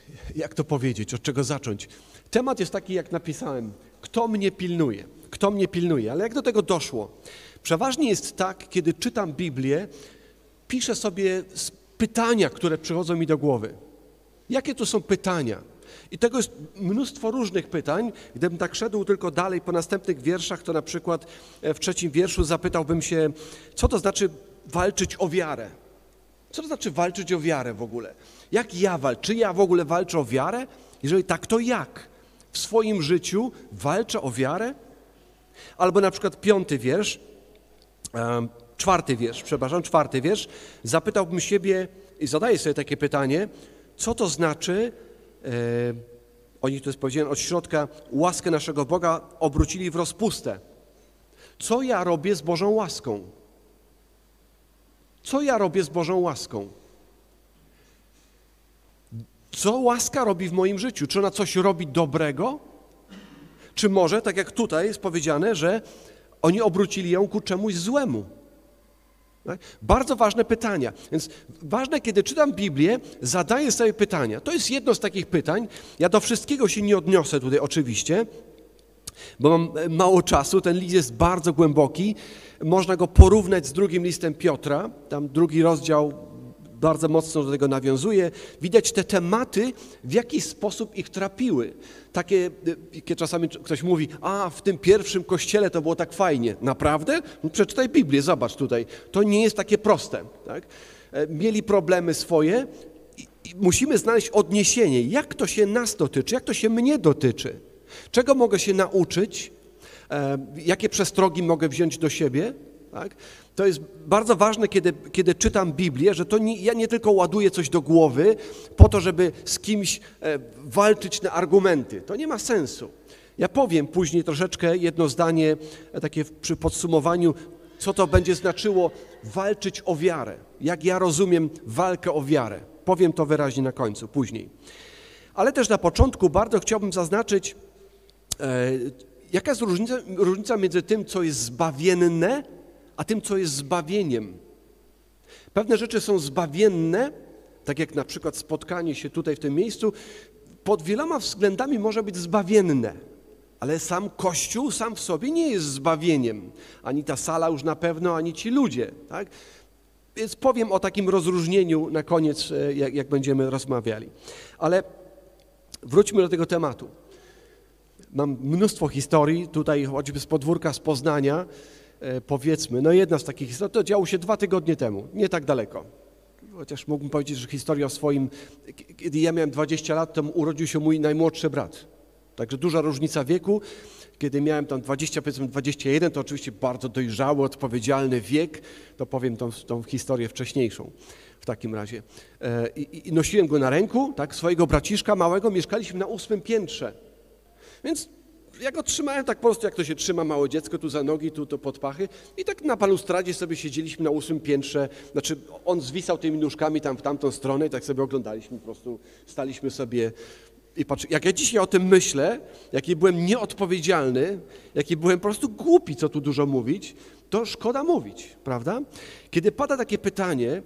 jak to powiedzieć, od czego zacząć? Temat jest taki, jak napisałem, kto mnie pilnuje? Kto mnie pilnuje? Ale jak do tego doszło? Przeważnie jest tak, kiedy czytam Biblię, piszę sobie pytania, które przychodzą mi do głowy. Jakie to są pytania? I tego jest mnóstwo różnych pytań. Gdybym tak szedł tylko dalej po następnych wierszach, to na przykład w 3 wierszu zapytałbym się, co to znaczy walczyć o wiarę? Co to znaczy walczyć o wiarę w ogóle? Jak ja walczę? Czy ja w ogóle walczę o wiarę? Jeżeli tak, to jak? W swoim życiu walczę o wiarę? Albo na przykład 5 wiersz, 4 wiersz, zapytałbym siebie i zadaję sobie takie pytanie, co to znaczy, oni to jest powiedziane od środka, łaskę naszego Boga obrócili w rozpustę. Co ja robię z Bożą łaską? Co ja robię z Bożą łaską? Co łaska robi w moim życiu? Czy ona coś robi dobrego? Czy może, tak jak tutaj jest powiedziane, że oni obrócili ją ku czemuś złemu? Tak? Bardzo ważne pytania. Więc ważne, kiedy czytam Biblię, zadaję sobie pytania. To jest jedno z takich pytań. Ja do wszystkiego się nie odniosę tutaj oczywiście, bo mam mało czasu. Ten list jest bardzo głęboki. Można go porównać z 2 listem Piotra. Tam 2 rozdział bardzo mocno do tego nawiązuje. Widać te tematy, w jaki sposób ich trapiły. Takie czasami ktoś mówi, w tym pierwszym kościele to było tak fajnie. Naprawdę? No, przeczytaj Biblię, zobacz tutaj. To nie jest takie proste. Tak? Mieli problemy swoje i musimy znaleźć odniesienie. Jak to się nas dotyczy? Jak to się mnie dotyczy? Czego mogę się nauczyć? Jakie przestrogi mogę wziąć do siebie? Tak? To jest bardzo ważne, kiedy czytam Biblię, że ja nie tylko ładuję coś do głowy po to, żeby z kimś walczyć na argumenty. To nie ma sensu. Ja powiem później troszeczkę jedno zdanie, takie przy podsumowaniu, co to będzie znaczyło walczyć o wiarę. Jak ja rozumiem walkę o wiarę. Powiem to wyraźnie na końcu, później. Ale też na początku bardzo chciałbym zaznaczyć, jaka jest różnica między tym, co jest zbawienne, a tym, co jest zbawieniem. Pewne rzeczy są zbawienne, tak jak na przykład spotkanie się tutaj w tym miejscu, pod wieloma względami może być zbawienne, ale sam Kościół sam w sobie nie jest zbawieniem. Ani ta sala już na pewno, ani ci ludzie. Tak? Więc powiem o takim rozróżnieniu na koniec, jak będziemy rozmawiali. Ale wróćmy do tego tematu. Mam mnóstwo historii, tutaj choćby z podwórka, z Poznania, powiedzmy, no jedna z takich historii, to działo się 2 tygodnie temu, nie tak daleko. Chociaż mógłbym powiedzieć, że historia o swoim, kiedy ja miałem 20 lat, to urodził się mój najmłodszy brat. Także duża różnica wieku. Kiedy miałem tam 20, powiedzmy 21, to oczywiście bardzo dojrzały, odpowiedzialny wiek, to powiem tą historię wcześniejszą w takim razie. I nosiłem go na ręku, tak, swojego braciszka małego, mieszkaliśmy na 8 piętrze. Więc ja go trzymałem tak po prostu, jak to się trzyma małe dziecko, tu za nogi, tu pod pachy i tak na balustradzie sobie siedzieliśmy na 8 piętrze, znaczy on zwisał tymi nóżkami tam w tamtą stronę i tak sobie oglądaliśmy, po prostu staliśmy sobie i patrzymy. Jak ja dzisiaj o tym myślę, jaki byłem nieodpowiedzialny, jaki byłem po prostu głupi, co tu dużo mówić, to szkoda mówić, prawda? Kiedy pada takie pytanie,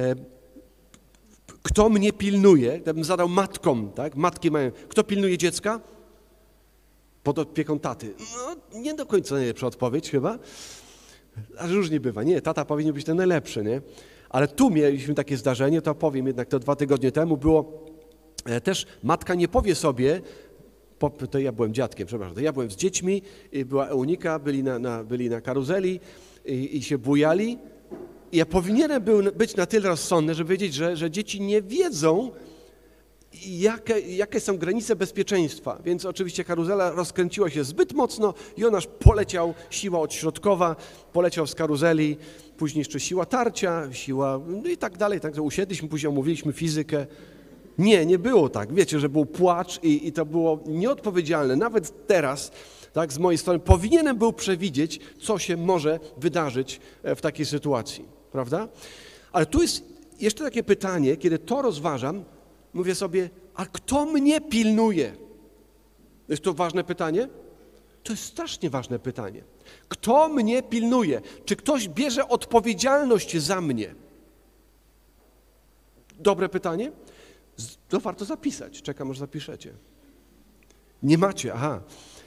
kto mnie pilnuje, gdybym zadał matkom, tak? Matki mają, kto pilnuje dziecka? Pod opieką taty. No, nie do końca najlepsza odpowiedź chyba, a różnie bywa. Nie, tata powinien być ten najlepszy, nie? Ale tu mieliśmy takie zdarzenie, to powiem jednak, to 2 tygodnie temu było, też matka nie powie sobie, to ja byłem dziadkiem, przepraszam, to ja byłem z dziećmi, i była Eunika, byli na karuzeli i się bujali. I ja powinienem być na tyle rozsądny, żeby wiedzieć, że dzieci nie wiedzą, jakie są granice bezpieczeństwa. Więc oczywiście karuzela rozkręciła się zbyt mocno i on aż poleciał, siła odśrodkowa, poleciał z karuzeli, później jeszcze siła tarcia, siła, no i tak dalej. Także usiedliśmy, później omówiliśmy fizykę. Nie było tak. Wiecie, że był płacz i to było nieodpowiedzialne. Nawet teraz, tak, z mojej strony, powinienem był przewidzieć, co się może wydarzyć w takiej sytuacji, prawda? Ale tu jest jeszcze takie pytanie, kiedy to rozważam, mówię sobie, a kto mnie pilnuje? Jest to ważne pytanie? To jest strasznie ważne pytanie. Kto mnie pilnuje? Czy ktoś bierze odpowiedzialność za mnie? Dobre pytanie? To warto zapisać. Czekam, aż zapiszecie. Nie macie, aha.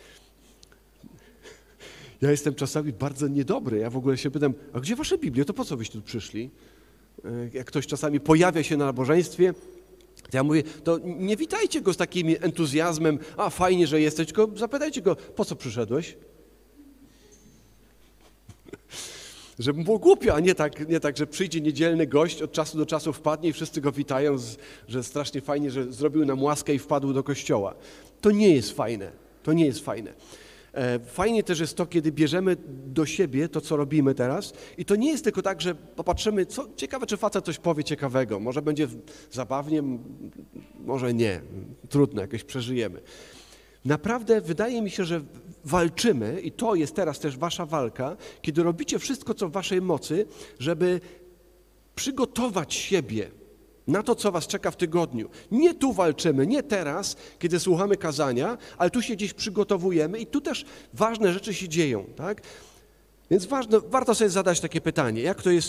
Ja jestem czasami bardzo niedobry. Ja w ogóle się pytam, a gdzie wasze Biblie? To po co byście tu przyszli? Jak ktoś czasami pojawia się na nabożeństwie, to ja mówię, to nie witajcie go z takim entuzjazmem, a fajnie, że jesteś, tylko zapytajcie go, po co przyszedłeś? Żeby było głupio, a nie tak, że przyjdzie niedzielny gość, od czasu do czasu wpadnie i wszyscy go witają, że strasznie fajnie, że zrobił nam łaskę i wpadł do kościoła. To nie jest fajne, to nie jest fajne. Fajnie też jest to, kiedy bierzemy do siebie to, co robimy teraz i to nie jest tylko tak, że popatrzymy, co ciekawe, czy facet coś powie ciekawego, może będzie zabawnie, może nie, trudno, jakoś przeżyjemy. Naprawdę wydaje mi się, że walczymy i to jest teraz też wasza walka, kiedy robicie wszystko, co w waszej mocy, żeby przygotować siebie na to, co was czeka w tygodniu. Nie tu walczymy, nie teraz, kiedy słuchamy kazania, ale tu się gdzieś przygotowujemy i tu też ważne rzeczy się dzieją, tak? Więc warto sobie zadać takie pytanie, jak to jest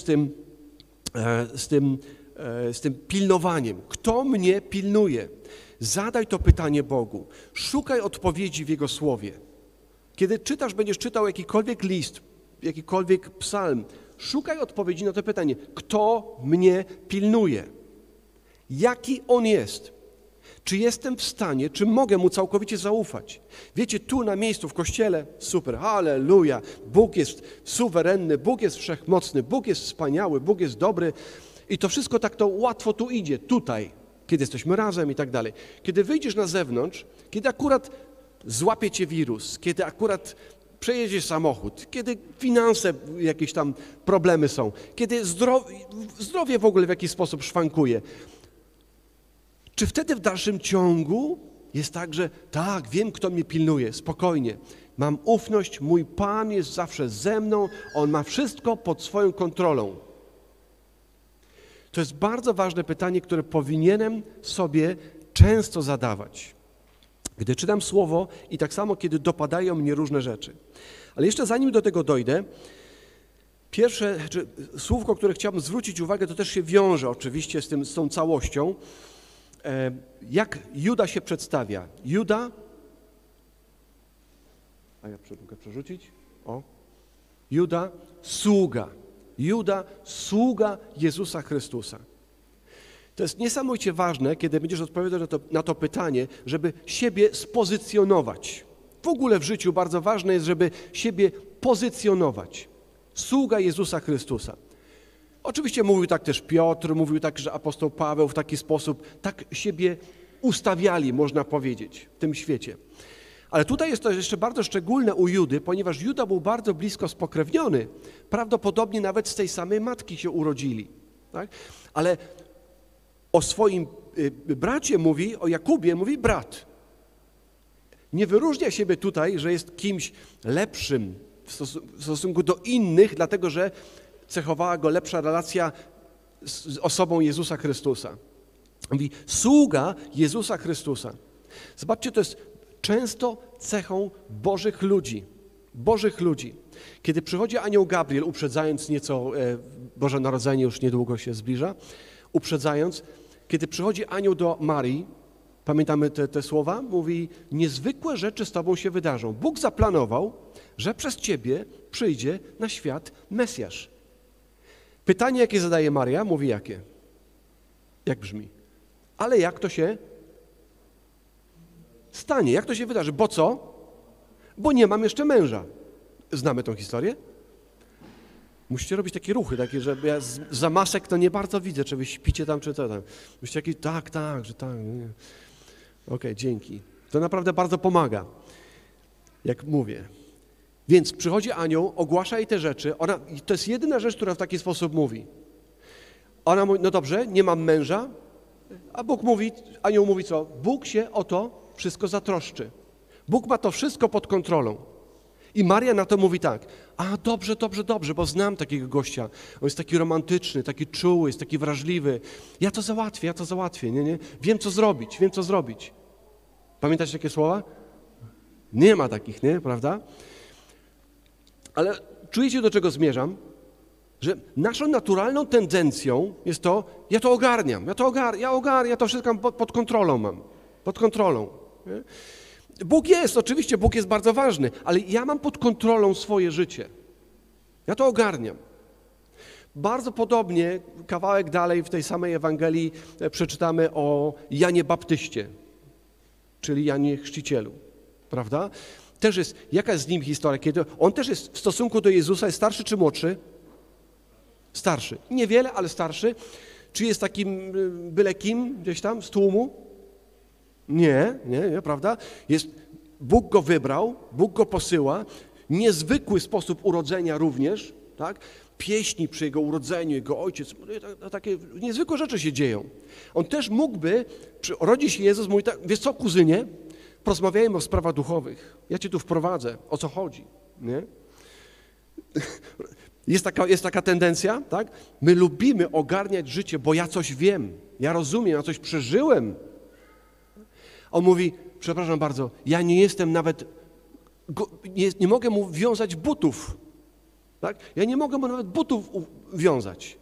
z tym pilnowaniem? Kto mnie pilnuje? Zadaj to pytanie Bogu. Szukaj odpowiedzi w Jego Słowie. Kiedy będziesz czytał jakikolwiek list, jakikolwiek psalm, szukaj odpowiedzi na to pytanie. Kto mnie pilnuje? Jaki On jest? Czy jestem w stanie, czy mogę Mu całkowicie zaufać? Wiecie, tu na miejscu, w Kościele, super, halleluja, Bóg jest suwerenny, Bóg jest wszechmocny, Bóg jest wspaniały, Bóg jest dobry i to wszystko tak to łatwo tu idzie, tutaj, kiedy jesteśmy razem i tak dalej. Kiedy wyjdziesz na zewnątrz, kiedy akurat złapie cię wirus, kiedy akurat przejedziesz samochód, kiedy finanse, jakieś tam problemy są, kiedy zdrowie w ogóle w jakiś sposób szwankuje, czy wtedy w dalszym ciągu jest tak, że tak, wiem, kto mnie pilnuje, spokojnie, mam ufność, mój Pan jest zawsze ze mną, On ma wszystko pod swoją kontrolą. To jest bardzo ważne pytanie, które powinienem sobie często zadawać, gdy czytam Słowo i tak samo, kiedy dopadają mnie różne rzeczy. Ale jeszcze zanim do tego dojdę, pierwsze słówko, które chciałbym zwrócić uwagę, to też się wiąże oczywiście z tą całością. Jak Juda się przedstawia? Juda, a ja mogę przerzucić? Juda, sługa. Juda, sługa Jezusa Chrystusa. To jest niesamowicie ważne, kiedy będziesz odpowiadał na to pytanie, żeby siebie spozycjonować. W ogóle w życiu bardzo ważne jest, żeby siebie pozycjonować. Sługa Jezusa Chrystusa. Oczywiście mówił tak też Piotr, mówił tak, że apostoł Paweł w taki sposób, tak siebie ustawiali, można powiedzieć, w tym świecie. Ale tutaj jest to jeszcze bardzo szczególne u Judy, ponieważ Juda był bardzo blisko spokrewniony. Prawdopodobnie nawet z tej samej matki się urodzili. Tak? Ale o swoim bracie mówi, o Jakubie mówi brat. Nie wyróżnia siebie tutaj, że jest kimś lepszym w stosunku do innych, dlatego że cechowała go lepsza relacja z osobą Jezusa Chrystusa. Mówi sługa Jezusa Chrystusa. Zobaczcie, to jest często cechą Bożych ludzi. Bożych ludzi. Kiedy przychodzi anioł Gabriel, uprzedzając nieco, Boże Narodzenie już niedługo się zbliża, uprzedzając, kiedy przychodzi anioł do Marii, pamiętamy te słowa? Mówi, niezwykłe rzeczy z Tobą się wydarzą. Bóg zaplanował, że przez Ciebie przyjdzie na świat Mesjasz. Pytanie, jakie zadaje Maria, mówi jakie? Jak brzmi? Ale jak to się stanie? Jak to się wydarzy? Bo co? Bo nie mam jeszcze męża. Znamy tą historię? Musicie robić takie ruchy, takie, że ja za masek to nie bardzo widzę, czy wy śpicie tam, czy co tam. Musicie jakieś, że tak. Okej, dzięki. To naprawdę bardzo pomaga, jak mówię. Więc przychodzi anioł, ogłasza jej te rzeczy. To jest jedyna rzecz, która w taki sposób mówi. Ona mówi, no dobrze, nie mam męża, a anioł mówi co? Bóg się o to wszystko zatroszczy. Bóg ma to wszystko pod kontrolą. I Maria na to mówi tak, dobrze, bo znam takiego gościa. On jest taki romantyczny, taki czuły, jest taki wrażliwy. Ja to załatwię, nie? Wiem, co zrobić. Pamiętacie takie słowa? Nie ma takich, nie? Prawda? Ale czujecie, do czego zmierzam? że naszą naturalną tendencją jest to, ja to ogarniam, ja to wszystko pod kontrolą mam, pod kontrolą. Nie? Oczywiście Bóg jest bardzo ważny, ale ja mam pod kontrolą swoje życie. Ja to ogarniam. Bardzo podobnie, kawałek dalej w tej samej Ewangelii przeczytamy o Janie Baptyście, czyli Janie Chrzcicielu, prawda? Też jest, jaka jest z nim historia? Kiedy on też jest w stosunku do Jezusa, jest starszy czy młodszy? Starszy. Niewiele, ale starszy. Czy jest takim byle kim gdzieś tam z tłumu? Nie, prawda? Bóg go wybrał, Bóg go posyła, niezwykły sposób urodzenia również, tak? Pieśni przy jego urodzeniu, jego ojciec, takie niezwykłe rzeczy się dzieją. On też mógłby, rodzi się Jezus, mówi tak, wiesz co, kuzynie, porozmawiajmy o sprawach duchowych, ja cię tu wprowadzę, o co chodzi, nie? Jest taka tendencja, tak? My lubimy ogarniać życie, bo ja coś wiem, ja rozumiem, ja coś przeżyłem. On mówi, przepraszam bardzo, ja nie jestem nawet, nie mogę mu wiązać butów, tak? Ja nie mogę mu nawet butów wiązać.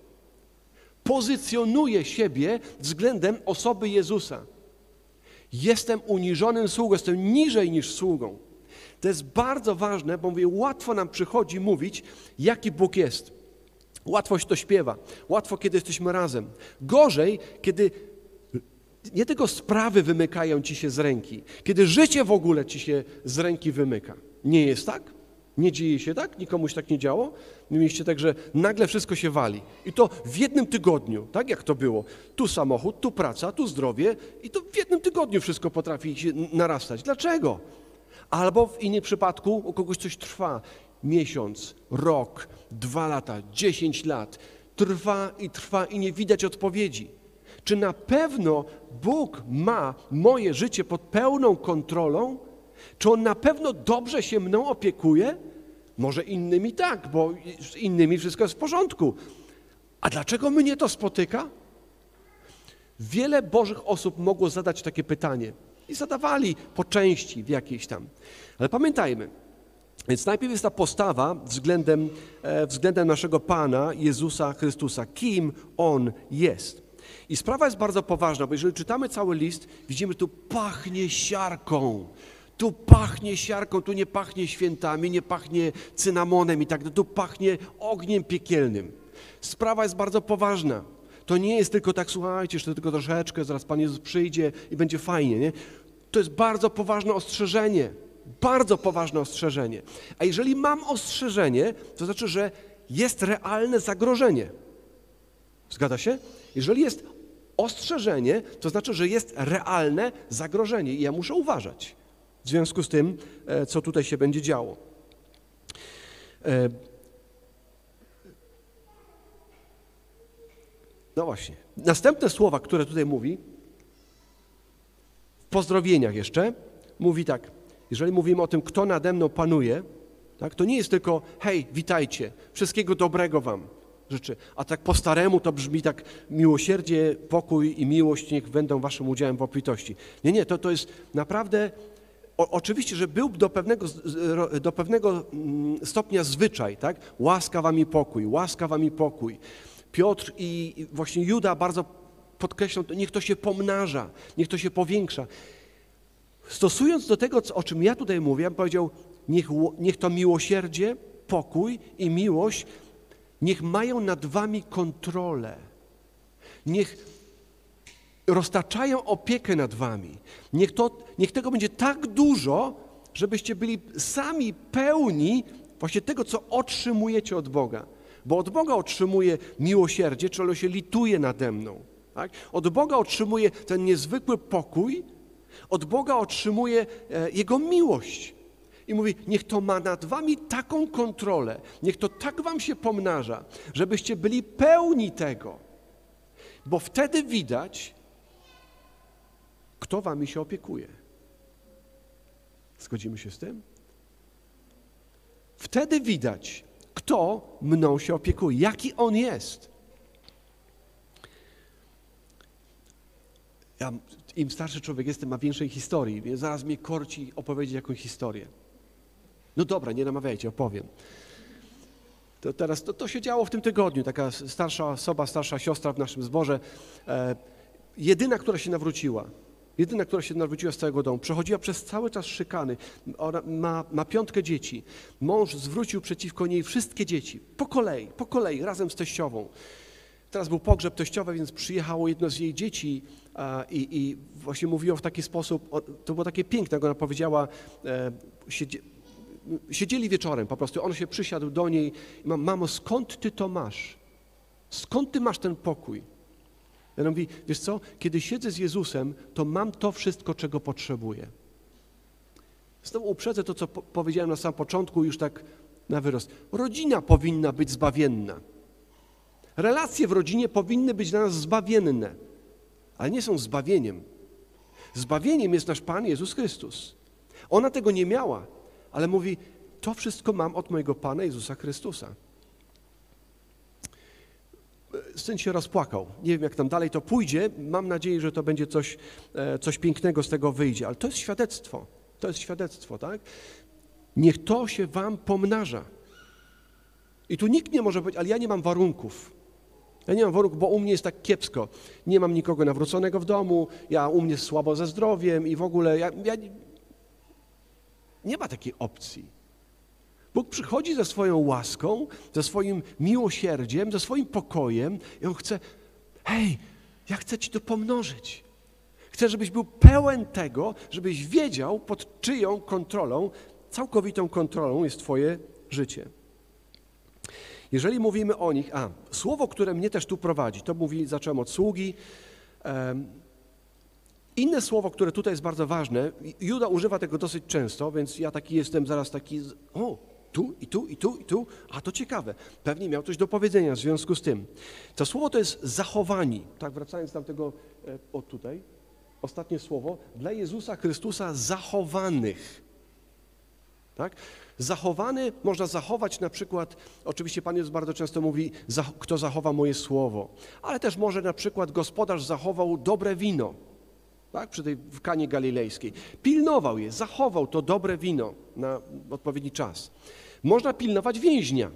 Pozycjonuję siebie względem osoby Jezusa. Jestem uniżonym sługą, jestem niżej niż sługą. To jest bardzo ważne, bo mówię, łatwo nam przychodzi mówić, jaki Bóg jest. Łatwo się to śpiewa, łatwo, kiedy jesteśmy razem. Gorzej, kiedy nie tylko sprawy wymykają ci się z ręki, kiedy życie w ogóle ci się z ręki wymyka. Nie jest tak? Nie dzieje się tak? Nikomu się tak nie działo? Mieliście tak, że nagle wszystko się wali. I to w jednym tygodniu, tak jak to było. Tu samochód, tu praca, tu zdrowie i to w jednym tygodniu wszystko potrafi się narastać. Dlaczego? Albo w innym przypadku u kogoś coś trwa. Miesiąc, rok, 2 lata, 10 lat. Trwa i nie widać odpowiedzi. Czy na pewno Bóg ma moje życie pod pełną kontrolą? Czy On na pewno dobrze się mną opiekuje? Może innymi tak, bo z innymi wszystko jest w porządku. A dlaczego mnie to spotyka? Wiele Bożych osób mogło zadać takie pytanie i zadawali po części w jakiejś tam. Ale pamiętajmy, więc najpierw jest ta postawa względem naszego Pana Jezusa Chrystusa, kim On jest. I sprawa jest bardzo poważna, bo jeżeli czytamy cały list, widzimy, że tu pachnie siarką. Tu nie pachnie świętami, nie pachnie cynamonem i tak dalej, tu pachnie ogniem piekielnym. Sprawa jest bardzo poważna. To nie jest tylko tak, słuchajcie, jeszcze tylko troszeczkę, zaraz Pan Jezus przyjdzie i będzie fajnie, nie? To jest bardzo poważne ostrzeżenie. Bardzo poważne ostrzeżenie. A jeżeli mam ostrzeżenie, to znaczy, że jest realne zagrożenie. Zgadza się? Jeżeli jest ostrzeżenie, to znaczy, że jest realne zagrożenie i ja muszę uważać w związku z tym, co tutaj się będzie działo. No właśnie. Następne słowa, które tutaj mówi, w pozdrowieniach jeszcze, mówi tak, jeżeli mówimy o tym, kto nade mną panuje, tak, to nie jest tylko, hej, witajcie, wszystkiego dobrego wam życzę. A tak po staremu to brzmi tak, miłosierdzie, pokój i miłość niech będą waszym udziałem w obfitości. Nie, to jest naprawdę, oczywiście, że był do pewnego stopnia zwyczaj, tak? Łaska wam i pokój. Piotr i właśnie Juda bardzo podkreślą, niech to się pomnaża, niech to się powiększa. Stosując do tego, o czym ja tutaj mówię, ja bym powiedział, niech to miłosierdzie, pokój i miłość, niech mają nad wami kontrolę. Niech roztaczają opiekę nad wami. Niech tego będzie tak dużo, żebyście byli sami pełni właśnie tego, co otrzymujecie od Boga. Bo od Boga otrzymuję miłosierdzie, czyli ono się lituje nade mną. Tak? Od Boga otrzymuję ten niezwykły pokój, od Boga otrzymuję Jego miłość. I mówi, niech to ma nad wami taką kontrolę, niech to tak wam się pomnaża, żebyście byli pełni tego. Bo wtedy widać, kto wami się opiekuje. Zgodzimy się z tym? Wtedy widać, kto mną się opiekuje, jaki on jest. Im starszy człowiek jest, tym ma większej historii, więc zaraz mnie korci opowiedzieć jakąś historię. No dobra, nie namawiajcie, opowiem. To się działo w tym tygodniu. Taka starsza osoba, starsza siostra w naszym zborze, jedyna, która się nawróciła z całego domu, przechodziła przez cały czas szykany. Ona ma 5 dzieci. Mąż zwrócił przeciwko niej wszystkie dzieci, po kolei, razem z teściową. Teraz był pogrzeb teściowy, więc przyjechało jedno z jej dzieci i właśnie mówiło w taki sposób, to było takie piękne, jak ona powiedziała, siedzieli wieczorem po prostu, on się przysiadł do niej i mamo, skąd ty to masz? Skąd ty masz ten pokój? Ja mówi, wiesz co, kiedy siedzę z Jezusem, to mam to wszystko, czego potrzebuję. Znowu uprzedzę to, co powiedziałem na samym początku, już tak na wyrost. Rodzina powinna być zbawienna. Relacje w rodzinie powinny być dla nas zbawienne, ale nie są zbawieniem. Zbawieniem jest nasz Pan Jezus Chrystus. Ona tego nie miała, ale mówi, to wszystko mam od mojego Pana Jezusa Chrystusa. Syn się rozpłakał. Nie wiem, jak tam dalej to pójdzie. Mam nadzieję, że to będzie coś pięknego z tego wyjdzie. Ale to jest świadectwo. To jest świadectwo, tak? Niech to się wam pomnaża. I tu nikt nie może powiedzieć, ale ja nie mam warunków. Ja nie mam warunków, bo u mnie jest tak kiepsko. Nie mam nikogo nawróconego w domu, u mnie jest słabo ze zdrowiem i w ogóle nie ma takiej opcji. Bóg przychodzi ze swoją łaską, ze swoim miłosierdziem, ze swoim pokojem i On chce, hej, ja chcę Ci to pomnożyć. Chcę, żebyś był pełen tego, żebyś wiedział, pod czyją kontrolą, całkowitą kontrolą jest Twoje życie. Jeżeli mówimy o nich, słowo, które mnie też tu prowadzi, to zacząłem od sługi. Inne słowo, które tutaj jest bardzo ważne, Juda używa tego dosyć często, więc ja jestem zaraz taki, tu i tu i tu i tu, to ciekawe. Pewnie miał coś do powiedzenia w związku z tym. To słowo to jest zachowani, tak, wracając do tego, tutaj, ostatnie słowo, dla Jezusa Chrystusa zachowanych. Tak? Zachowany można zachować na przykład, oczywiście Pan Jezus bardzo często mówi, kto zachowa moje słowo, ale też może na przykład gospodarz zachował dobre wino, tak? W Kanie Galilejskiej. Pilnował je, zachował to dobre wino na odpowiedni czas. Można pilnować więźnia,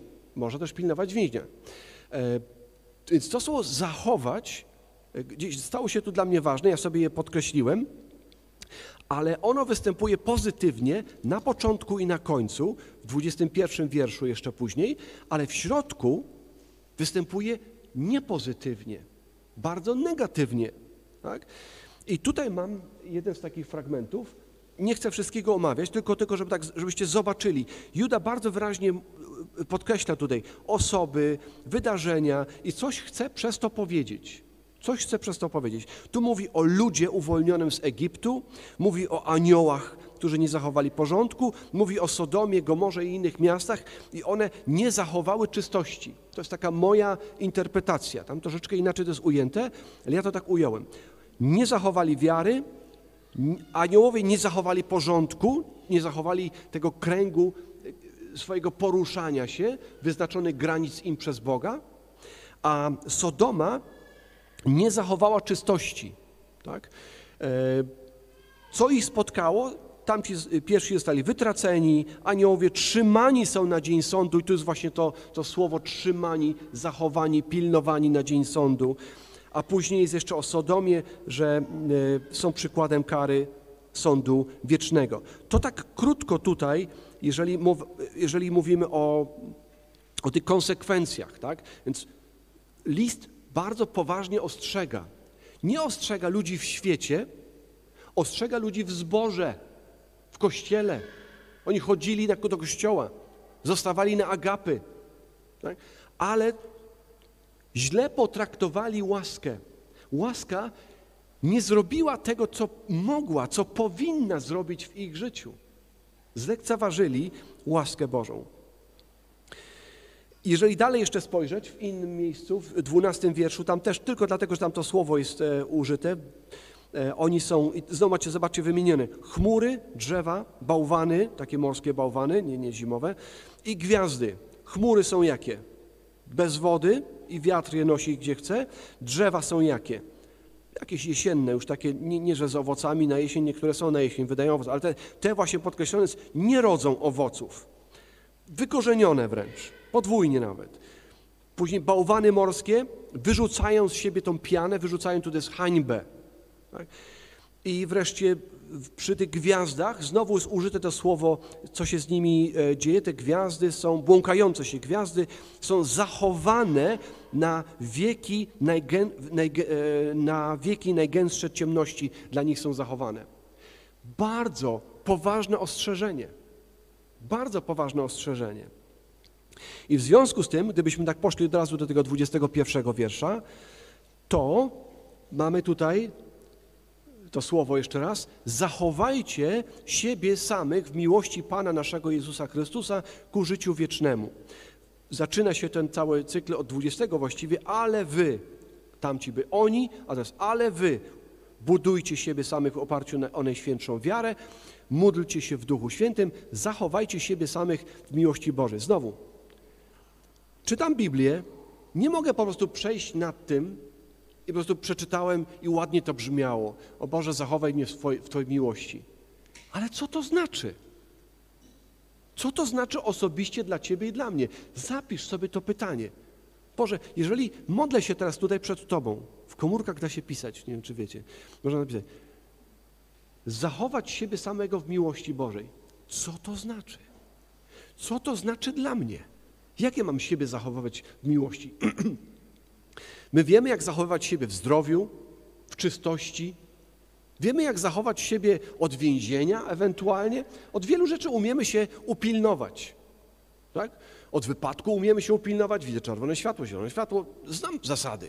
Więc to słowo zachować, gdzieś stało się tu dla mnie ważne, ja sobie je podkreśliłem, ale ono występuje pozytywnie na początku i na końcu, w 21 wierszu jeszcze później, ale w środku występuje niepozytywnie, bardzo negatywnie. Tak? I tutaj mam jeden z takich fragmentów, nie chcę wszystkiego omawiać, tylko żebyście zobaczyli. Juda bardzo wyraźnie podkreśla tutaj osoby, wydarzenia i coś chce przez to powiedzieć. Tu mówi o ludzie uwolnionym z Egiptu, mówi o aniołach, którzy nie zachowali porządku, mówi o Sodomie, Gomorze i innych miastach i one nie zachowały czystości. To jest taka moja interpretacja. Tam troszeczkę inaczej to jest ujęte, ale ja to tak ująłem. Nie zachowali wiary, aniołowie nie zachowali porządku, nie zachowali tego kręgu swojego poruszania się, wyznaczonych granic im przez Boga, a Sodoma nie zachowała czystości. Tak? Co ich spotkało? Tamci pierwsi zostali wytraceni, aniołowie trzymani są na dzień sądu i tu jest właśnie to słowo trzymani, zachowani, pilnowani na dzień sądu. A później jest jeszcze o Sodomie, że są przykładem kary sądu wiecznego. To tak krótko tutaj, jeżeli mówimy o tych konsekwencjach. Tak? Więc list bardzo poważnie ostrzega. Nie ostrzega ludzi w świecie, ostrzega ludzi w zborze, w kościele. Oni chodzili do kościoła, zostawali na agapy, tak? Ale źle potraktowali łaskę. Łaska nie zrobiła tego, co mogła, co powinna zrobić w ich życiu. Zlekceważyli łaskę Bożą. Jeżeli dalej jeszcze spojrzeć w innym miejscu, w 12 wierszu, tam też tylko dlatego, że tam to słowo jest użyte, oni są, znowu zobaczcie, wymienione, chmury, drzewa, bałwany, takie morskie bałwany, nie zimowe, i gwiazdy. Chmury są jakie? Bez wody i wiatr je nosi gdzie chce. Drzewa są jakie? Jakieś jesienne, już takie, nie że z owocami na jesień, niektóre są na jesień, wydają owoc, ale te właśnie podkreślone nie rodzą owoców. Wykorzenione wręcz. podwójnie nawet. Później bałwany morskie wyrzucają z siebie tą pianę, wyrzucają tu też hańbę. Tak? I wreszcie przy tych gwiazdach znowu jest użyte to słowo, co się z nimi dzieje. Te gwiazdy są, błąkające się gwiazdy są zachowane na wieki, najgęstsze ciemności dla nich są zachowane. Bardzo poważne ostrzeżenie. Bardzo poważne ostrzeżenie. I w związku z tym, gdybyśmy tak poszli od razu do tego 21 wiersza, to mamy tutaj to słowo jeszcze raz, zachowajcie siebie samych w miłości Pana naszego Jezusa Chrystusa ku życiu wiecznemu. Zaczyna się ten cały cykl od 20 właściwie, ale wy, tamci by oni, a teraz ale wy, budujcie siebie samych w oparciu o Najświętszą wiarę, módlcie się w Duchu Świętym, zachowajcie siebie samych w miłości Bożej. Znowu, czytam Biblię, nie mogę po prostu przejść nad tym i po prostu przeczytałem i ładnie to brzmiało. O Boże, zachowaj mnie w Twojej miłości. Ale co to znaczy? Co to znaczy osobiście dla Ciebie i dla mnie? Zapisz sobie to pytanie. Boże, jeżeli modlę się teraz tutaj przed Tobą, w komórkach da się pisać, nie wiem czy wiecie, można napisać, zachować siebie samego w miłości Bożej. Co to znaczy? Co to znaczy dla mnie? Jak ja mam siebie zachowywać w miłości? My wiemy, jak zachowywać siebie w zdrowiu, w czystości. Wiemy, jak zachować siebie od więzienia ewentualnie. Od wielu rzeczy umiemy się upilnować. Tak? Od wypadku umiemy się upilnować. Widzę czerwone światło, zielone światło. Znam zasady.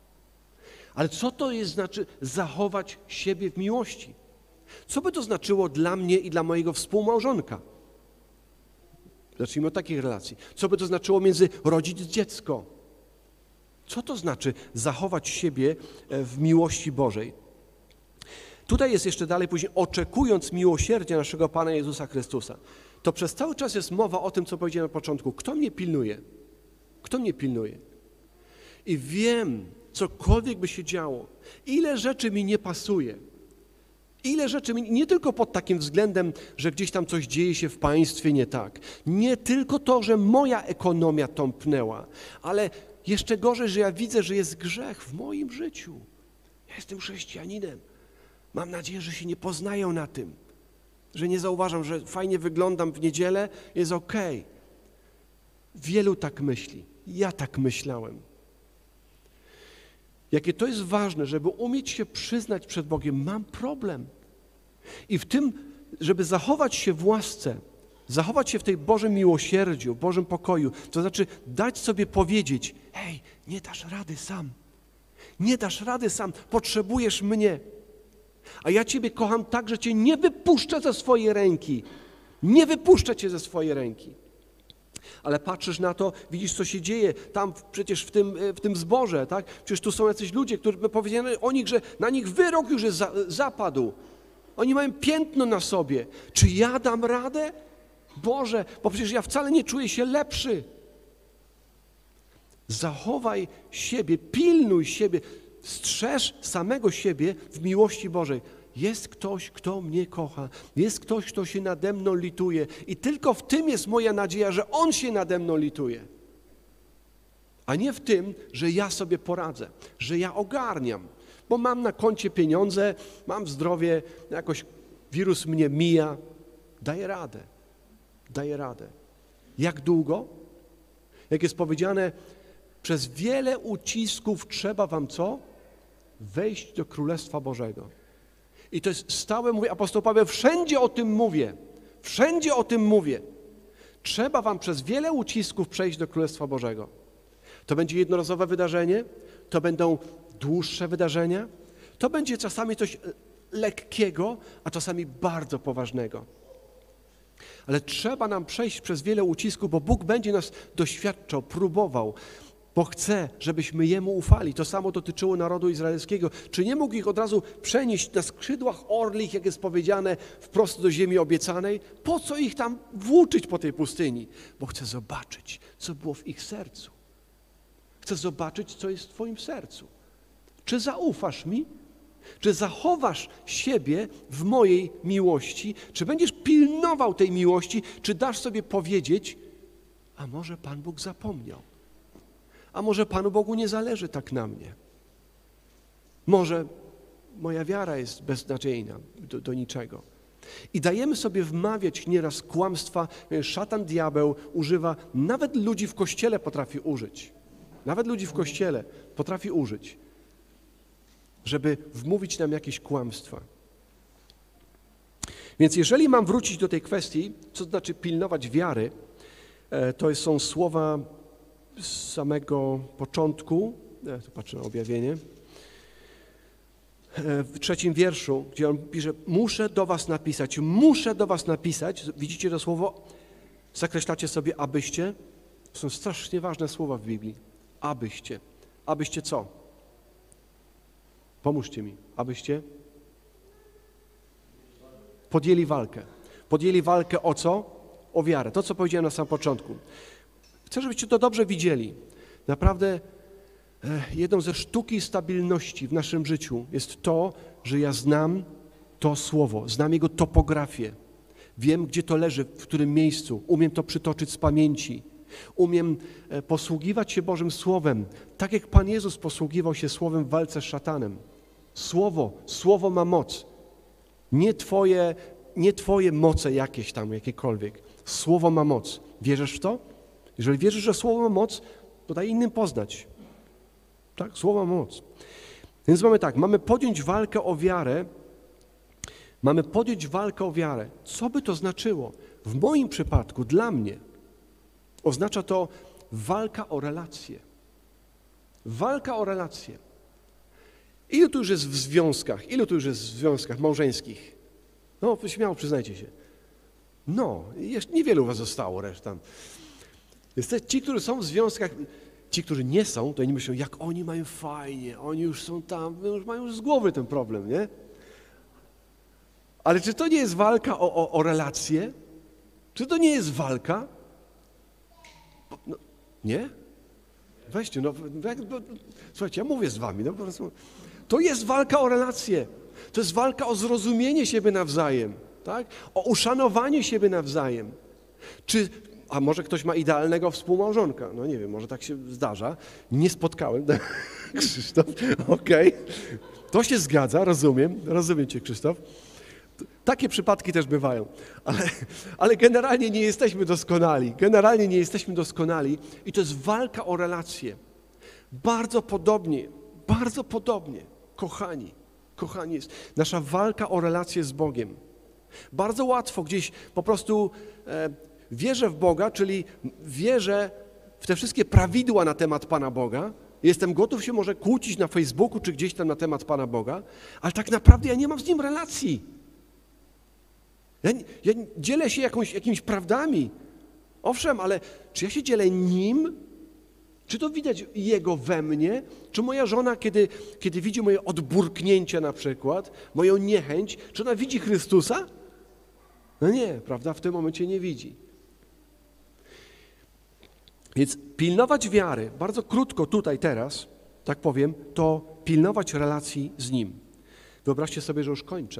Ale co to jest znaczy zachować siebie w miłości? Co by to znaczyło dla mnie i dla mojego współmałżonka? Zacznijmy od takich relacji. Co by to znaczyło między rodzic i dziecko? Co to znaczy zachować siebie w miłości Bożej? Tutaj jest jeszcze dalej później, oczekując miłosierdzia naszego Pana Jezusa Chrystusa. To przez cały czas jest mowa o tym, co powiedziałem na początku. Kto mnie pilnuje? Kto mnie pilnuje? I wiem, cokolwiek by się działo, ile rzeczy mi nie pasuje, ile rzeczy mi, nie tylko pod takim względem, że gdzieś tam coś dzieje się w państwie nie tak, nie tylko to, że moja ekonomia tąpnęła, ale jeszcze gorzej, że ja widzę, że jest grzech w moim życiu. Ja jestem chrześcijaninem. Mam nadzieję, że się nie poznają na tym, że nie zauważam, że fajnie wyglądam w niedzielę, jest okej. Wielu tak myśli. Ja tak myślałem. Jakie to jest ważne, żeby umieć się przyznać przed Bogiem, mam problem. I w tym, żeby zachować się w łasce, zachować się w tej Bożym miłosierdziu, w Bożym pokoju, to znaczy dać sobie powiedzieć, hej, nie dasz rady sam. Nie dasz rady sam, potrzebujesz mnie. A ja Ciebie kocham tak, że Cię nie wypuszczę ze swojej ręki. Nie wypuszczę Cię ze swojej ręki. Ale patrzysz na to, widzisz, co się dzieje tam przecież w tym zborze, tak? Przecież tu są jacyś ludzie, którzy powiedziano o nich, że na nich wyrok już jest zapadł. Oni mają piętno na sobie. Czy ja dam radę? Boże, bo przecież ja wcale nie czuję się lepszy. Zachowaj siebie, pilnuj siebie, strzeż samego siebie w miłości Bożej. Jest ktoś, kto mnie kocha, jest ktoś, kto się nade mną lituje i tylko w tym jest moja nadzieja, że On się nade mną lituje, a nie w tym, że ja sobie poradzę, że ja ogarniam, bo mam na koncie pieniądze, mam zdrowie, jakoś wirus mnie mija, daję radę. Jak długo? Jak jest powiedziane, przez wiele ucisków trzeba wam co? Wejść do Królestwa Bożego. I to jest stałe, mówi apostoł Paweł, wszędzie o tym mówię. Trzeba wam przez wiele ucisków przejść do Królestwa Bożego. To będzie jednorazowe wydarzenie, to będą dłuższe wydarzenia, to będzie czasami coś lekkiego, a czasami bardzo poważnego. Ale trzeba nam przejść przez wiele ucisków, bo Bóg będzie nas doświadczał, próbował, bo chce, żebyśmy Jemu ufali. To samo dotyczyło narodu izraelskiego. Czy nie mógł ich od razu przenieść na skrzydłach orlich, jak jest powiedziane, wprost do ziemi obiecanej? Po co ich tam włóczyć po tej pustyni? Bo chce zobaczyć, co było w ich sercu. Chcę zobaczyć, co jest w Twoim sercu. Czy zaufasz mi? Czy zachowasz siebie w mojej miłości? Czy będziesz pilnował tej miłości? Czy dasz sobie powiedzieć, a może Pan Bóg zapomniał? A może Panu Bogu nie zależy tak na mnie? Może moja wiara jest beznadziejna, do niczego. I dajemy sobie wmawiać nieraz kłamstwa. Szatan, diabeł używa, nawet ludzi w Kościele potrafi użyć. Nawet ludzi w Kościele potrafi użyć, żeby wmówić nam jakieś kłamstwa. Więc jeżeli mam wrócić do tej kwestii, co znaczy pilnować wiary, to są słowa z samego początku, tu patrzę na objawienie, w 3 wierszu, gdzie on pisze, muszę do was napisać, widzicie to słowo, zakreślacie sobie abyście, to są strasznie ważne słowa w Biblii, abyście co? Pomóżcie mi, abyście podjęli walkę o co? O wiarę, to co powiedziałem na samym początku. Chcę, żebyście to dobrze widzieli. Naprawdę jedną ze sztuki stabilności w naszym życiu jest to, że ja znam to słowo, znam jego topografię. Wiem, gdzie to leży, w którym miejscu. Umiem to przytoczyć z pamięci. Umiem posługiwać się Bożym Słowem, tak jak Pan Jezus posługiwał się Słowem w walce z szatanem. Słowo ma moc. Nie twoje moce jakieś tam, jakiekolwiek. Słowo ma moc. Wierzysz w to? Jeżeli wierzysz, że Słowo ma moc, to daj innym poznać. Tak? Słowo ma moc. Więc mamy tak, mamy podjąć walkę o wiarę. Co by to znaczyło? W moim przypadku, dla mnie, oznacza to walka o relacje. Ilu tu już jest w związkach małżeńskich? No, śmiało przyznajcie się. No, jeszcze niewielu was zostało reszta. Ci, którzy są w związkach, ci, którzy nie są, to oni myślą, jak oni mają fajnie, oni już są tam, już mają z głowy ten problem, nie? Ale czy to nie jest walka o relacje? Czy to nie jest walka? No, nie? Weźcie, słuchajcie, ja mówię z wami, po prostu. To jest walka o relacje. To jest walka o zrozumienie siebie nawzajem, tak? O uszanowanie siebie nawzajem. A może ktoś ma idealnego współmałżonka? No nie wiem, może tak się zdarza. Nie spotkałem. Krzysztof, okej. To się zgadza, rozumiem cię, Krzysztof. Takie przypadki też bywają, ale generalnie nie jesteśmy doskonali i to jest walka o relacje. Bardzo podobnie, kochani jest nasza walka o relacje z Bogiem. Bardzo łatwo gdzieś po prostu wierzę w Boga, czyli wierzę w te wszystkie prawidła na temat Pana Boga. Jestem gotów się może kłócić na Facebooku czy gdzieś tam na temat Pana Boga, ale tak naprawdę ja nie mam z Nim relacji. Ja dzielę się jakimiś prawdami. Owszem, ale czy ja się dzielę Nim? Czy to widać Jego we mnie? Czy moja żona, kiedy widzi moje odburknięcie na przykład, moją niechęć, czy ona widzi Chrystusa? No nie, prawda? W tym momencie nie widzi. Więc pilnować wiary, bardzo krótko tutaj teraz, tak powiem, to pilnować relacji z Nim. Wyobraźcie sobie, że już kończę.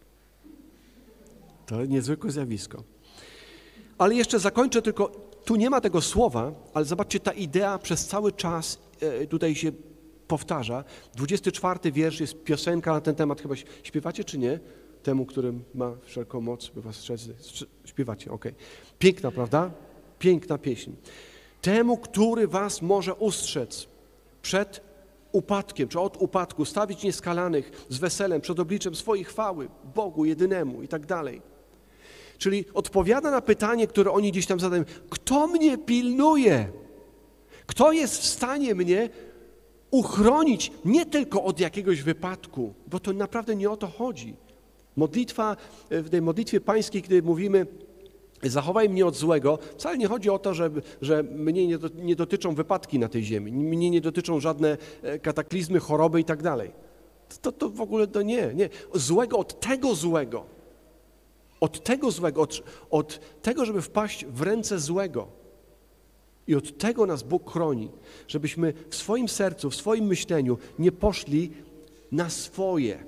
To niezwykłe zjawisko. Ale jeszcze zakończę, tylko tu nie ma tego słowa, ale zobaczcie, ta idea przez cały czas tutaj się powtarza. 24 wiersz jest piosenka na ten temat, chyba śpiewacie czy nie? Temu, którym ma wszelką moc, by was strzec. Śpiewacie, okej. Piękna, prawda? Piękna pieśń. Temu, który was może ustrzec przed upadkiem, czy od upadku, stawić nieskalanych z weselem przed obliczem swojej chwały, Bogu jedynemu i tak dalej. Czyli odpowiada na pytanie, które oni gdzieś tam zadają. Kto mnie pilnuje? Kto jest w stanie mnie uchronić nie tylko od jakiegoś wypadku, bo to naprawdę nie o to chodzi. W tej modlitwie pańskiej, kiedy mówimy zachowaj mnie od złego, wcale nie chodzi o to, że mnie nie dotyczą wypadki na tej ziemi, mnie nie dotyczą żadne kataklizmy, choroby i tak dalej. To w ogóle to nie. Złego, od tego, od tego, żeby wpaść w ręce złego. I od tego nas Bóg chroni, żebyśmy w swoim sercu, w swoim myśleniu nie poszli na swoje.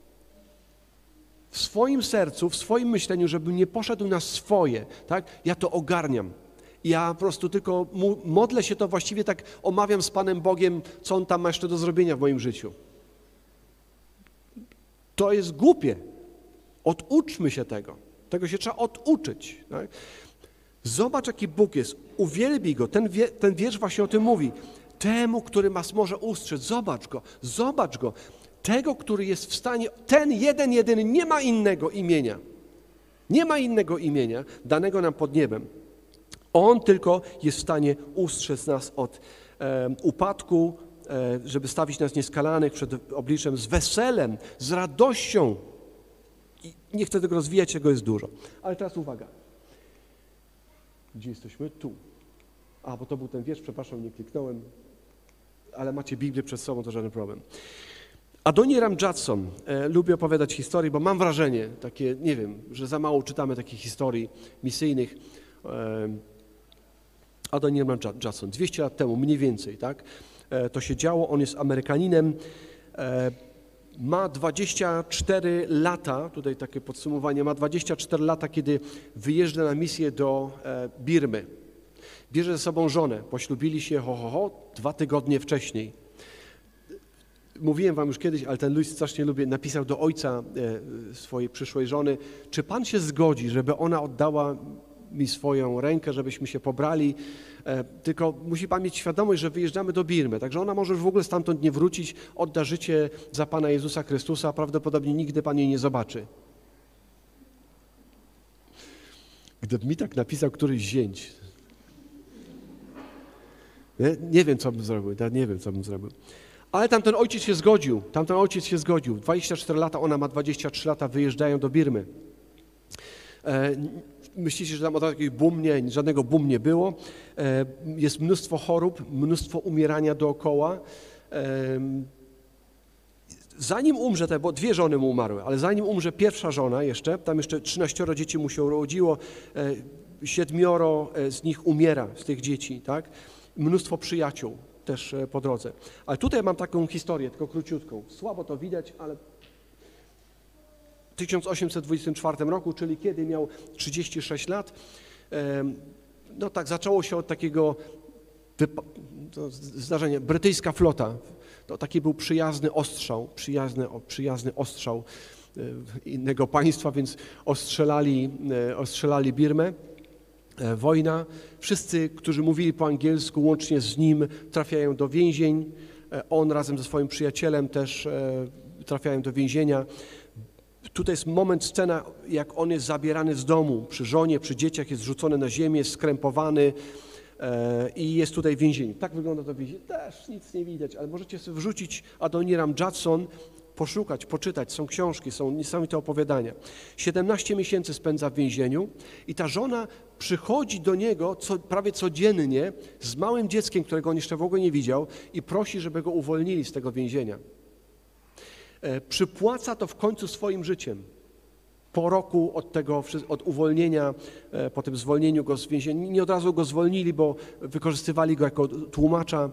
W swoim sercu, w swoim myśleniu, żebym nie poszedł na swoje, tak? Ja to ogarniam. Ja po prostu tylko modlę się, to właściwie tak omawiam z Panem Bogiem, co On tam ma jeszcze do zrobienia w moim życiu. To jest głupie. Oduczmy się tego. Tego się trzeba oduczyć. Tak? Zobacz, jaki Bóg jest. Uwielbij Go. Ten wiersz właśnie o tym mówi. Temu, który nas może ustrzec. Zobacz Go. Tego, który jest w stanie, ten jedyny, nie ma innego imienia. Nie ma innego imienia danego nam pod niebem. On tylko jest w stanie ustrzec nas od upadku, żeby stawić nas nieskalanych przed obliczem z weselem, z radością. I nie chcę tego rozwijać, tego jest dużo. Ale teraz uwaga. Gdzie jesteśmy? Tu. Bo to był ten wiersz, przepraszam, nie kliknąłem, ale macie Biblię przed sobą, to żaden problem. Adoniram Judson, lubię opowiadać historie, bo mam wrażenie, takie, nie wiem, że za mało czytamy takich historii misyjnych. Adoniram Judson, 200 lat temu, mniej więcej, tak? To się działo, on jest Amerykaninem, ma 24 lata, tutaj takie podsumowanie, ma 24 lata, kiedy wyjeżdża na misję do Birmy. Bierze ze sobą żonę, poślubili się 2 tygodnie wcześniej. Mówiłem wam już kiedyś, ale ten Louis strasznie lubię, napisał do ojca swojej przyszłej żony, czy pan się zgodzi, żeby ona oddała mi swoją rękę, żebyśmy się pobrali, tylko musi pan mieć świadomość, że wyjeżdżamy do Birmy, także ona może już w ogóle stamtąd nie wrócić, odda życie za Pana Jezusa Chrystusa, a prawdopodobnie nigdy pan jej nie zobaczy. Gdyby mi tak napisał któryś zięć, nie wiem, co bym zrobił. Ale tamten ojciec się zgodził. 24 lata, ona ma 23 lata, wyjeżdżają do Birmy. Myślicie, że tam o takiej boom? Nie, żadnego boom nie było. Jest mnóstwo chorób, mnóstwo umierania dookoła. Zanim umrze, bo 2 żony mu umarły, ale zanim umrze pierwsza żona jeszcze, tam jeszcze 13 dzieci mu się urodziło, 7 z nich umiera z tych dzieci, tak? Mnóstwo przyjaciół też po drodze. Ale tutaj mam taką historię, tylko króciutką. Słabo to widać, ale w 1824 roku, czyli kiedy miał 36 lat, no tak, zaczęło się od takiego zdarzenia. Brytyjska flota, to taki był przyjazny ostrzał innego państwa, więc ostrzelali Birmę. Wojna. Wszyscy, którzy mówili po angielsku, łącznie z nim, trafiają do więzień. On razem ze swoim przyjacielem też trafiają do więzienia. Tutaj jest scena, jak on jest zabierany z domu, przy żonie, przy dzieciach, jest rzucony na ziemię, jest skrępowany i jest tutaj w więzieniu. Tak wygląda to więzienie. Też nic nie widać, ale możecie sobie wrzucić Adoniram Judson, poszukać, poczytać. Są książki, są niesamowite opowiadania. 17 miesięcy spędza w więzieniu i ta żona przychodzi do niego prawie codziennie z małym dzieckiem, którego on jeszcze w ogóle nie widział i prosi, żeby go uwolnili z tego więzienia. Przypłaca to w końcu swoim życiem. Po roku od uwolnienia, po tym zwolnieniu go z więzienia, nie od razu go zwolnili, bo wykorzystywali go jako tłumacza.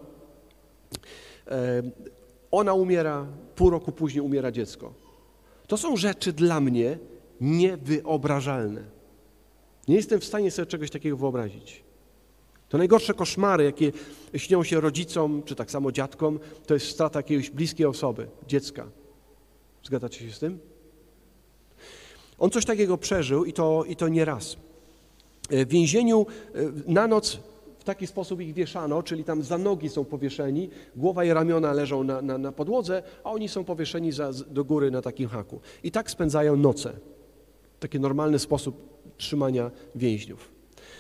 Ona umiera, pół roku później umiera dziecko. To są rzeczy dla mnie niewyobrażalne. Nie jestem w stanie sobie czegoś takiego wyobrazić. To najgorsze koszmary, jakie śnią się rodzicom, czy tak samo dziadkom, to jest strata jakiejś bliskiej osoby, dziecka. Zgadzacie się z tym? On coś takiego przeżył i to nie raz. W więzieniu na noc w taki sposób ich wieszano, czyli tam za nogi są powieszeni, głowa i ramiona leżą na podłodze, a oni są powieszeni do góry na takim haku. I tak spędzają noce. Taki normalny sposób trzymania więźniów.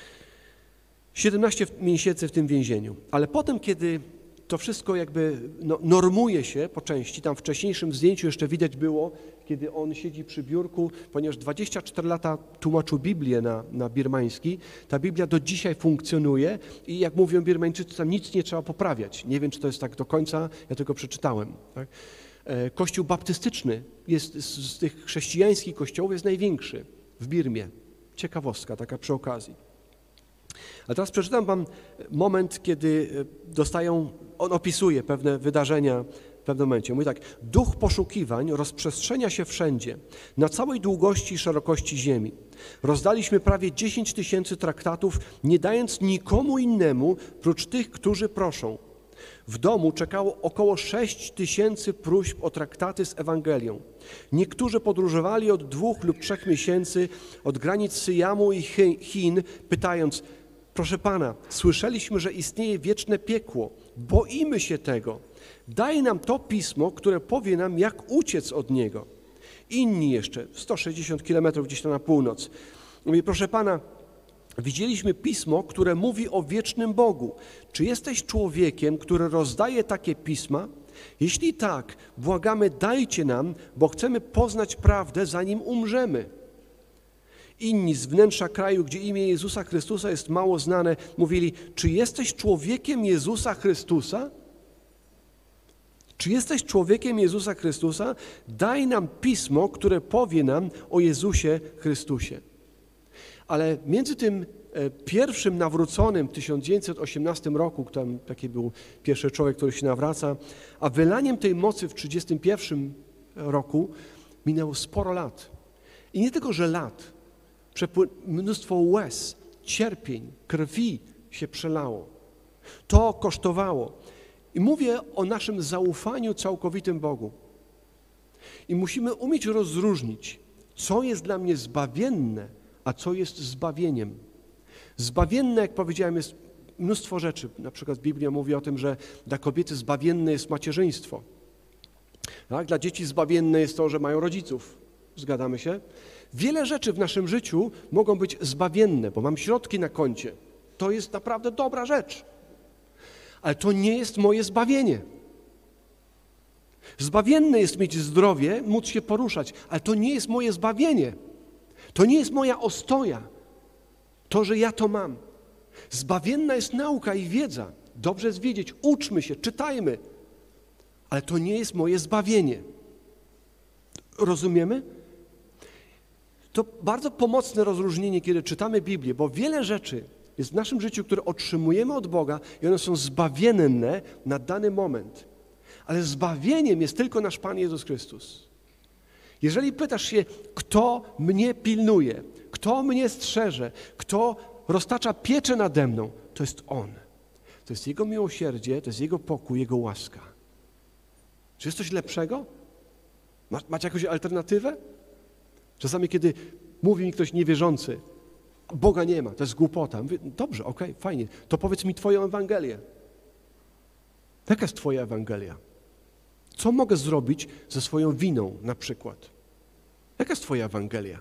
17 miesięcy w tym więzieniu. Ale potem, kiedy to wszystko jakby normuje się po części, tam w wcześniejszym zdjęciu jeszcze widać było, kiedy on siedzi przy biurku, ponieważ 24 lata tłumaczył Biblię na birmański, ta Biblia do dzisiaj funkcjonuje i jak mówią Birmańczycy, tam nic nie trzeba poprawiać. Nie wiem, czy to jest tak do końca, ja tylko przeczytałem. Tak? Kościół baptystyczny z tych chrześcijańskich kościołów jest największy w Birmie. Ciekawostka taka przy okazji. A teraz przeczytam wam moment, kiedy on opisuje pewne wydarzenia pewnym momencie. Mówi tak, duch poszukiwań rozprzestrzenia się wszędzie, na całej długości i szerokości ziemi. Rozdaliśmy prawie 10 000 traktatów, nie dając nikomu innemu, prócz tych, którzy proszą. W domu czekało około 6 000 próśb o traktaty z Ewangelią. Niektórzy podróżowali od 2 lub 3 miesięcy od granic Syjamu i Chin, pytając, proszę Pana, słyszeliśmy, że istnieje wieczne piekło, boimy się tego. Daj nam to pismo, które powie nam, jak uciec od niego. Inni jeszcze, 160 kilometrów gdzieś tam na północ. Mówi, proszę Pana, widzieliśmy pismo, które mówi o wiecznym Bogu. Czy jesteś człowiekiem, który rozdaje takie pisma? Jeśli tak, błagamy, dajcie nam, bo chcemy poznać prawdę, zanim umrzemy. Inni z wnętrza kraju, gdzie imię Jezusa Chrystusa jest mało znane, mówili, czy jesteś człowiekiem Jezusa Chrystusa? Czy jesteś człowiekiem Jezusa Chrystusa? Daj nam pismo, które powie nam o Jezusie Chrystusie. Ale między tym pierwszym nawróconym w 1918 roku, tam taki był pierwszy człowiek, który się nawraca, a wylaniem tej mocy w 1931 roku minęło sporo lat. I nie tylko, że lat, mnóstwo łez, cierpień, krwi się przelało. To kosztowało. I mówię o naszym zaufaniu całkowitym Bogu. I musimy umieć rozróżnić, co jest dla mnie zbawienne, a co jest zbawieniem. Zbawienne, jak powiedziałem, jest mnóstwo rzeczy. Na przykład Biblia mówi o tym, że dla kobiety zbawienne jest macierzyństwo. Tak? Dla dzieci zbawienne jest to, że mają rodziców. Zgadzamy się? Wiele rzeczy w naszym życiu mogą być zbawienne, bo mam środki na koncie. To jest naprawdę dobra rzecz. Ale to nie jest moje zbawienie. Zbawienne jest mieć zdrowie, móc się poruszać, ale to nie jest moje zbawienie. To nie jest moja ostoja. To, że ja to mam. Zbawienna jest nauka i wiedza. Dobrze jest wiedzieć, uczmy się, czytajmy. Ale to nie jest moje zbawienie. Rozumiemy? To bardzo pomocne rozróżnienie, kiedy czytamy Biblię, bo wiele rzeczy jest w naszym życiu, które otrzymujemy od Boga i one są zbawienne na dany moment. Ale zbawieniem jest tylko nasz Pan Jezus Chrystus. Jeżeli pytasz się, kto mnie pilnuje, kto mnie strzeże, kto roztacza pieczę nade mną, to jest On. To jest Jego miłosierdzie, to jest Jego pokój, Jego łaska. Czy jest coś lepszego? Macie jakąś alternatywę? Czasami, kiedy mówi mi ktoś niewierzący, Boga nie ma, to jest głupota. Mówię, dobrze, okej, fajnie, to powiedz mi Twoją Ewangelię. Jaka jest Twoja Ewangelia? Co mogę zrobić ze swoją winą na przykład? Jaka jest Twoja Ewangelia?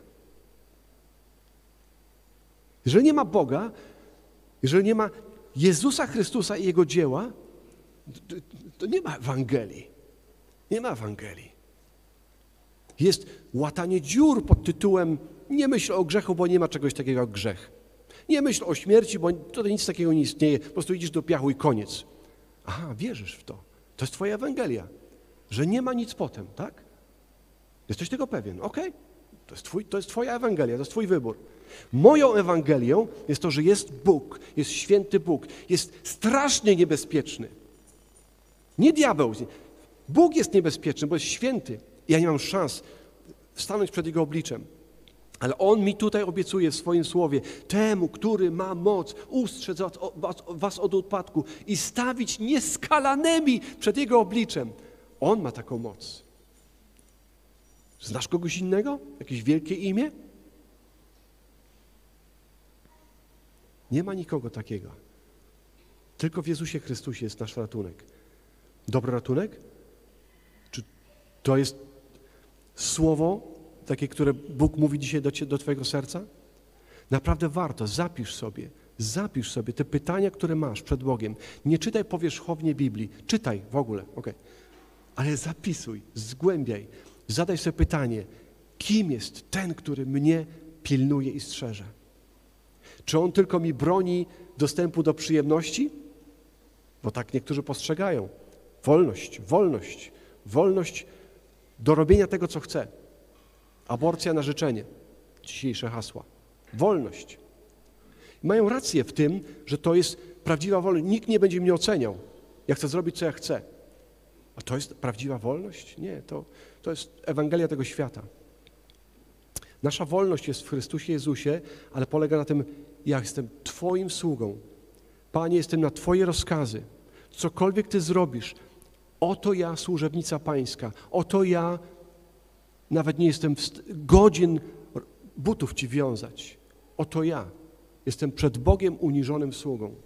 Jeżeli nie ma Boga, jeżeli nie ma Jezusa Chrystusa i Jego dzieła, to nie ma Ewangelii. Nie ma Ewangelii. Jest łatanie dziur pod tytułem nie myśl o grzechu, bo nie ma czegoś takiego jak grzech. Nie myśl o śmierci, bo tutaj nic takiego nie istnieje. Po prostu idziesz do piachu i koniec. Aha, wierzysz w to. To jest Twoja Ewangelia. Że nie ma nic potem, tak? Jesteś tego pewien. Okej. To jest Twoja Ewangelia, to jest Twój wybór. Moją Ewangelią jest to, że jest Bóg, jest święty Bóg, jest strasznie niebezpieczny. Nie diabeł. Bóg jest niebezpieczny, bo jest święty. Ja nie mam szans stanąć przed Jego obliczem. Ale On mi tutaj obiecuje w swoim słowie, temu, który ma moc ustrzec was od upadku i stawić nieskalanymi przed Jego obliczem. On ma taką moc. Znasz kogoś innego? Jakieś wielkie imię? Nie ma nikogo takiego. Tylko w Jezusie Chrystusie jest nasz ratunek. Dobry ratunek? Czy to jest słowo, takie, które Bóg mówi dzisiaj do Twojego serca? Naprawdę warto, zapisz sobie te pytania, które masz przed Bogiem. Nie czytaj powierzchownie Biblii, czytaj w ogóle, okej. Ale zapisuj, zgłębiaj, zadaj sobie pytanie, kim jest ten, który mnie pilnuje i strzeże? Czy On tylko mi broni dostępu do przyjemności? Bo tak niektórzy postrzegają. Wolność do robienia tego, co chce. Aborcja na życzenie. Dzisiejsze hasła. Wolność. Mają rację w tym, że to jest prawdziwa wolność. Nikt nie będzie mnie oceniał. Ja chcę zrobić, co ja chcę. A to jest prawdziwa wolność? Nie, to jest Ewangelia tego świata. Nasza wolność jest w Chrystusie Jezusie, ale polega na tym, ja jestem Twoim sługą. Panie, jestem na Twoje rozkazy. Cokolwiek Ty zrobisz, oto ja, służebnica Pańska, oto ja nawet nie jestem godzien butów Ci wiązać. Oto ja jestem przed Bogiem uniżonym sługą.